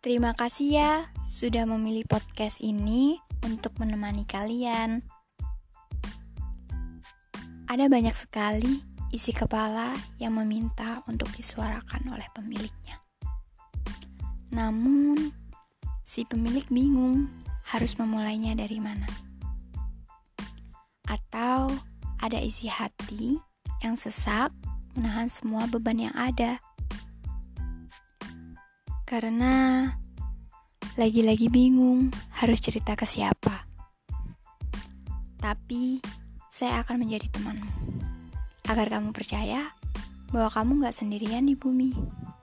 Terima kasih ya sudah memilih podcast ini untuk menemani kalian. Ada banyak sekali isi kepala yang meminta untuk disuarakan oleh pemiliknya. Namun, si pemilik bingung harus memulainya dari mana. Atau ada isi hati yang sesak menahan semua beban yang ada. Karena lagi-lagi bingung harus cerita ke siapa. Tapi saya akan menjadi temanmu, agar kamu percaya bahwa kamu gak sendirian di bumi.